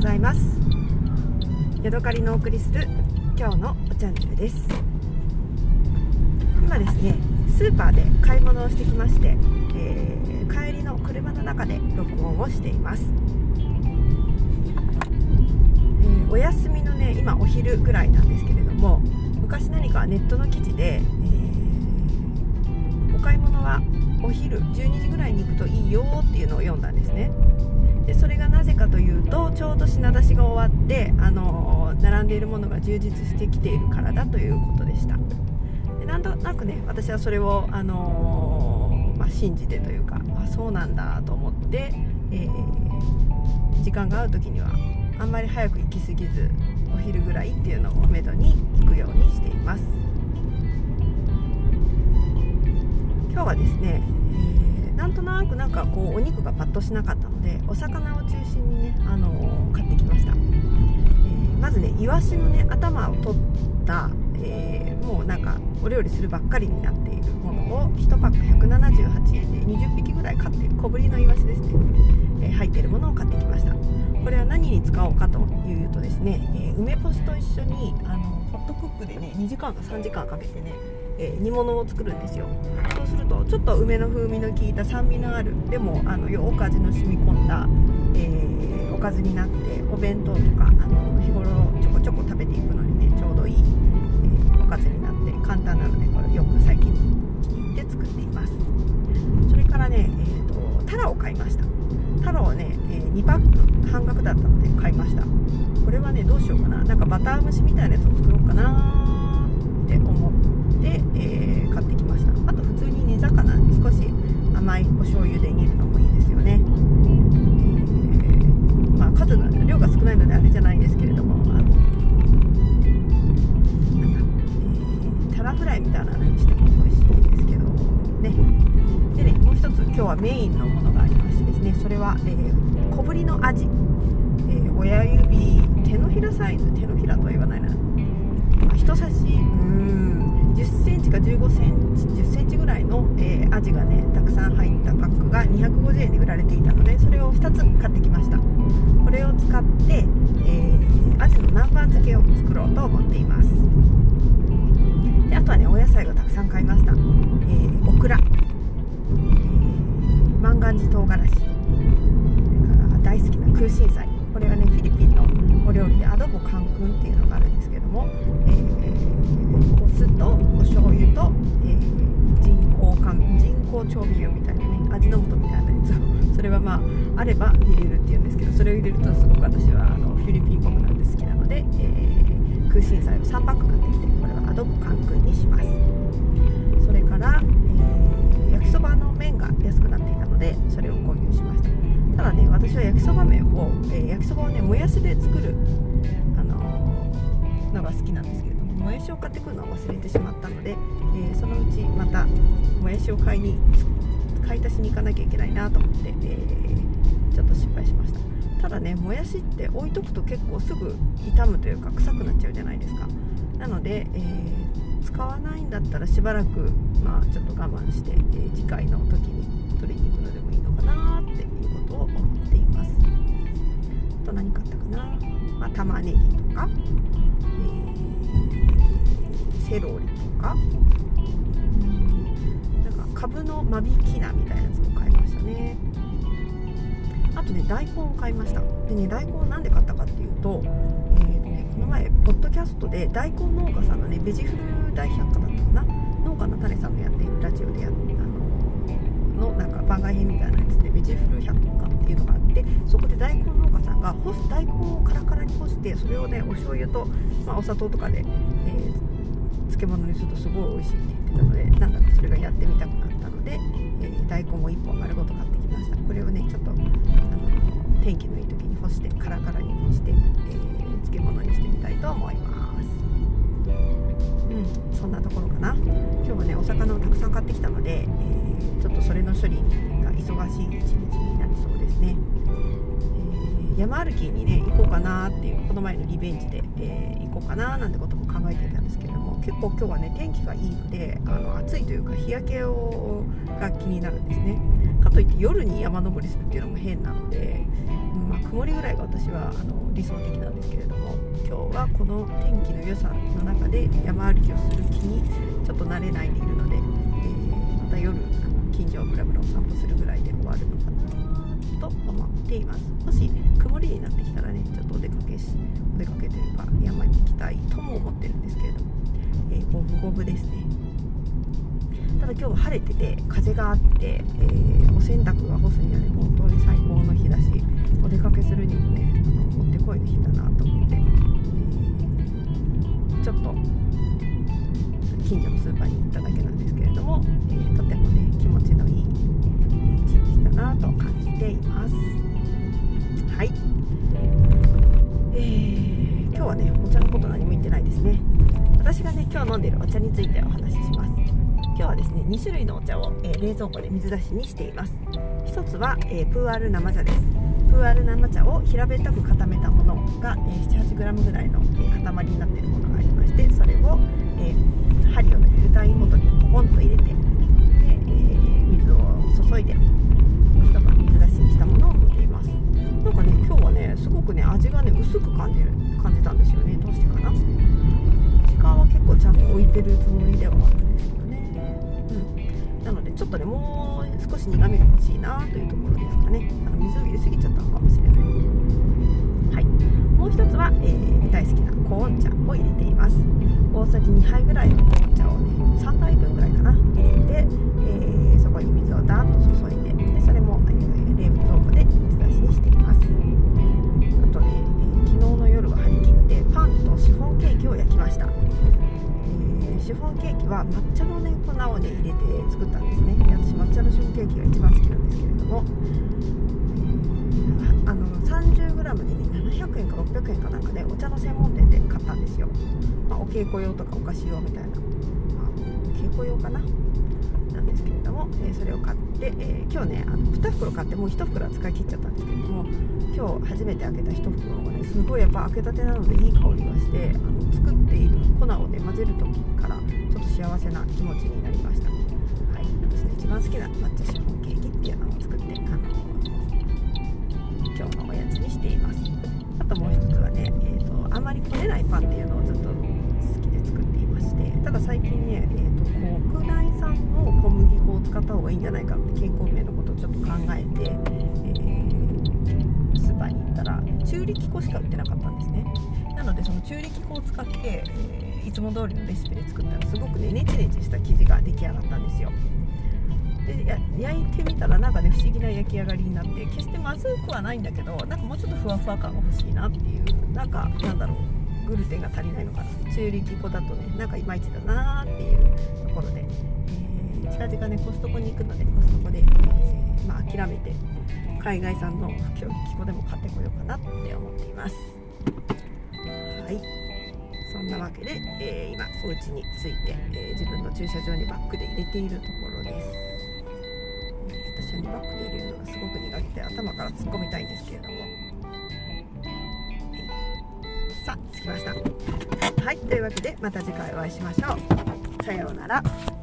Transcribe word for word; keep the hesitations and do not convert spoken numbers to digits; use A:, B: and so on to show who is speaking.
A: ざいます。ヤドカリのお送りする今日のチャンネルです。今ですね、スーパーで買い物をしてきまして、えー、帰りの車の中で録音をしています。えー、お休みのね、今お昼ぐらいなんですけれども、昔何かネットの記事で、えー、お買い物はお昼じゅうにじぐらいに行くといいよっていうのを読んだんですね。でそれがなぜかというと、ちょうど品出しが終わって、あのー、並んでいるものが充実してきているからだということでした。でなんとなくね、私はそれを、あのーまあ、信じてというか、あ、そうなんだと思って、えー、時間が合う時にはあんまり早く行き過ぎず、お昼ぐらいっていうのをめどに行くようにしています。今日はですね、えー、なんとなくなんかこうお肉がパッとしなかったので、お魚を中心にね、あのー、買ってきました。えー、まずね、イワシのね、頭を取った、えー、もうなんかお料理するばっかりになっているものをいちパックひゃくななじゅうはちえんでにじゅっぴきぐらい買っている小ぶりのイワシですね、えー、入っているものを買ってきました。これは何に使おうかというとですね、えー、梅干しと一緒にあのホットクックでね、にじかんかさんじかんかけてね、えー、煮物を作るんですよ。そうするとちょっと梅の風味の効いた酸味のある、でもあのよく味の染み込んだ、えー、おかずになって、お弁当とかあの日頃ちょこちょこ食べていくのにね、ちょうどいい、えー、おかずになって簡単なので、これよく最近気に入って作っています。それからね、えーと、タラを買いました。タラをね、えー、にパック半額だったので買いました。これはね、どうしようかな、なんかバター蒸しみたいなやつを作ろうかなって思って、えー、買ってきました。あと普通に煮魚に少し甘いお醤油で煮るのもいいですよね。えー、まあ数が量が少ないのであれじゃないですけれども、あのなんだ、えー、タラフライみたいなのにしても美味しいですけどね。でね、もう一つ今日はメインのものがありましてですね、それは、えー、小ぶりのアジ、えー、親指手のひらサイズ、手のひらとは言わないな、人差しうーんじゅっセンチかじゅうごセンチ、じゅっセンチぐらいの、えー、アジがね、たくさん入ったパックがにひゃくごじゅうえんで売られていたので、それをふたつ買ってきました。これを使って、えー、アジの南蛮漬けを作ろうと思っています。であとはね、お野菜がたくさん買いました。えー、オクラ、えー、万願寺唐辛子、それから大好きな空心菜。これはね、フィリピンのお料理でアドボカンクンっていうのがあるんですけども、えー、お酢とお醤油と、えー、人工甘人工調味料みたいなね、味の素みたいなやつを、それはまああれば入れるっていうんですけど、それを入れるとすごく私はあのフィリピンっぽくなって好きなので、えー、空心菜をさんパック買ってきて、これはアドボカンクンにします。それから、えー、焼きそばの麺が安くなっていたので、それを購入しました。ただね、私は焼きそば麺を、えー、焼きそばをね、もやしで作る、あのー、のが好きなんですけれども、もやしを買ってくるのを忘れてしまったので、えー、そのうちまたもやしを買いに買い足しに行かなきゃいけないなと思って、えー、ちょっと失敗しました。ただね、もやしって置いとくと結構すぐ傷むというか臭くなっちゃうじゃないですか。なので、えー、使わないんだったらしばらく、まあ、ちょっと我慢して、えー、次回の時に取りに行くのでもいいのかなっていうことを思っています。あと何買ったかな、まあ、玉ねぎとか、えー、セロリとか、うん、なんか株の間引き菜みたいなやつも買いましたね。あとね、大根を買いました。でね、大根をなんで買ったかっていうと、えーとね、この前ポッドキャストで大根農家さんのね、ベジフル大百科だったかな、農家の種さんのやっているラジオでやあののなんか番外編みたいなやつで、ベジフル百科っていうのがあって、そこで大根農家さんが干す大根をカラカラに干して、それをね、お醤油と、まあ、お砂糖とかで、えー、漬物にするとすごい美味しいって言ってたので、なんだかそれがやってみたくなったので、えー、大根をいっぽん丸ごと買ってきました。これをね、ちょっとあの天気のいい時に干してカラカラにして、えー、漬物にしてみたいと思います。うん、そんなところかな。今日はね、お魚をたくさん買ってきたので、えー、ちょっとそれの処理が忙しい一日になりそうですね。えー、山歩きにね行こうかなっていう、この前のリベンジで、えー、行こうかななんてことも考えていたんですけれども、結構今日はね天気がいいので、あの暑いというか日焼けをが気になるんですね。かといって夜に山登りするっていうのも変なので、まあ、曇りぐらいが私はあの理想的なんですけれども、今日はこの天気の良さの中で山歩きをする気にちょっと慣れないでいるので、えー、また夜あの近所をブラブラお散歩するぐらいで終わるのかなと思っています。もし曇りになってきたらね、ちょっとお出かけしお出かけというか山に行きたいとも思ってるんですけれども、えー、五分五分ですね。ただ今日は晴れてて風があって、えー、お洗濯が干すにはね本当に最高の日だし、お出かけするにもねあのもってこいの日だなと思って、えー、ちょっと近所のスーパーに行っただけなんですけれども、えー、とてもね気持ちのいい一日だなと感じています。はい、えー、今日はねお茶のこと何も言ってないですね。私がね今日飲んでるお茶についてお話しします。今日はですねに種類のお茶を、えー、冷蔵庫で水出しにしています。一つは、えー、プーアール生茶です。プーアール生茶を平べったく固めたものが、えー、なな、はちグラムぐらいの、えー、塊になっているものがありまして、それを、えー、ハリオのフィルターインボトルにポコンと入れて、で、えー、水を注いで一晩水出しにしたものを飲んでいます。なんかね今日はねすごくね味がね薄く感じる感じたんですよね。どうしてかな。時間は結構ちゃんと置いてるつもりではあるんですけどね。うん、なのでちょっとねもう少し苦味が欲しいなというところですかね。あの水を入れすぎちゃったのかもしれない。はい、もう一つは、えー、大好きなコーン茶を入れています。大さじにはいぐらいのコーン茶をねさんばいぶんぐらいかな入れて、えー、そこに水をダーッと注いで、でそれも、えー、冷蔵庫で水出しにしています。あとね、えー、昨日の夜は張り切ってパンとシフォンケーキを焼きました。シフォンケーキは抹茶の、ね、粉を、ね、入れて作ったんですね。私抹茶のシフォンケーキが一番好きなんですけれども、えー、あの さんじゅうグラム で、ね、ななひゃくえんかろっぴゃくえんかなんかで、ね、お茶の専門店で買ったんですよ。まあ、お稽古用とかお菓子用みたいな、まあ、稽古用かななんですけれども、えー、それを買って、えー、今日ねあのに袋買ってもういち袋は使い切っちゃったんですけれども、今日初めて開けたいち袋がねすごいやっぱ開けたてなのでいい香りがして、あの作っている粉をね混ぜる時からちょっと幸せな気持ちになりました。はい、私の一番好きな抹茶シフォンケーキっていうのを作って、あの今日のおやつにしています。あともう一つはね、えーと、あまりこねないパンっていうのをずっと好きで作っていまして、ただ最近ね、えーと、国内産の小麦粉を使った方がいいんじゃないかって健康面のことをちょっと考えて、えー、スーパーに行ったら中力粉しか売ってなかったんですね。なのでその中力粉を使って、えー、いつも通りのレシピで作ったらすごくねネチネチした生地が出来上がったんですよ。でや焼いてみたらなんかね不思議な焼き上がりになって、決してまずくはないんだけど、なんかもうちょっとふわふわ感が欲しいなっていう、なんかなんだろうグルテンが足りないのかな。中力粉だとねなんかいまいちだなーっていうところで、えー、近々ねコストコに行くのでコストコで、えー、まあ諦めて海外産の中力粉でも買ってこようかなって思っています。はい、そんなわけで、えー、今お家に着いて、えー、自分の駐車場にバックで入れているところです。私は、ね、バックで入れるのがすごく苦手で頭から突っ込みたいんですけれども、さあ着きました。はい、というわけでまた次回お会いしましょう。さようなら。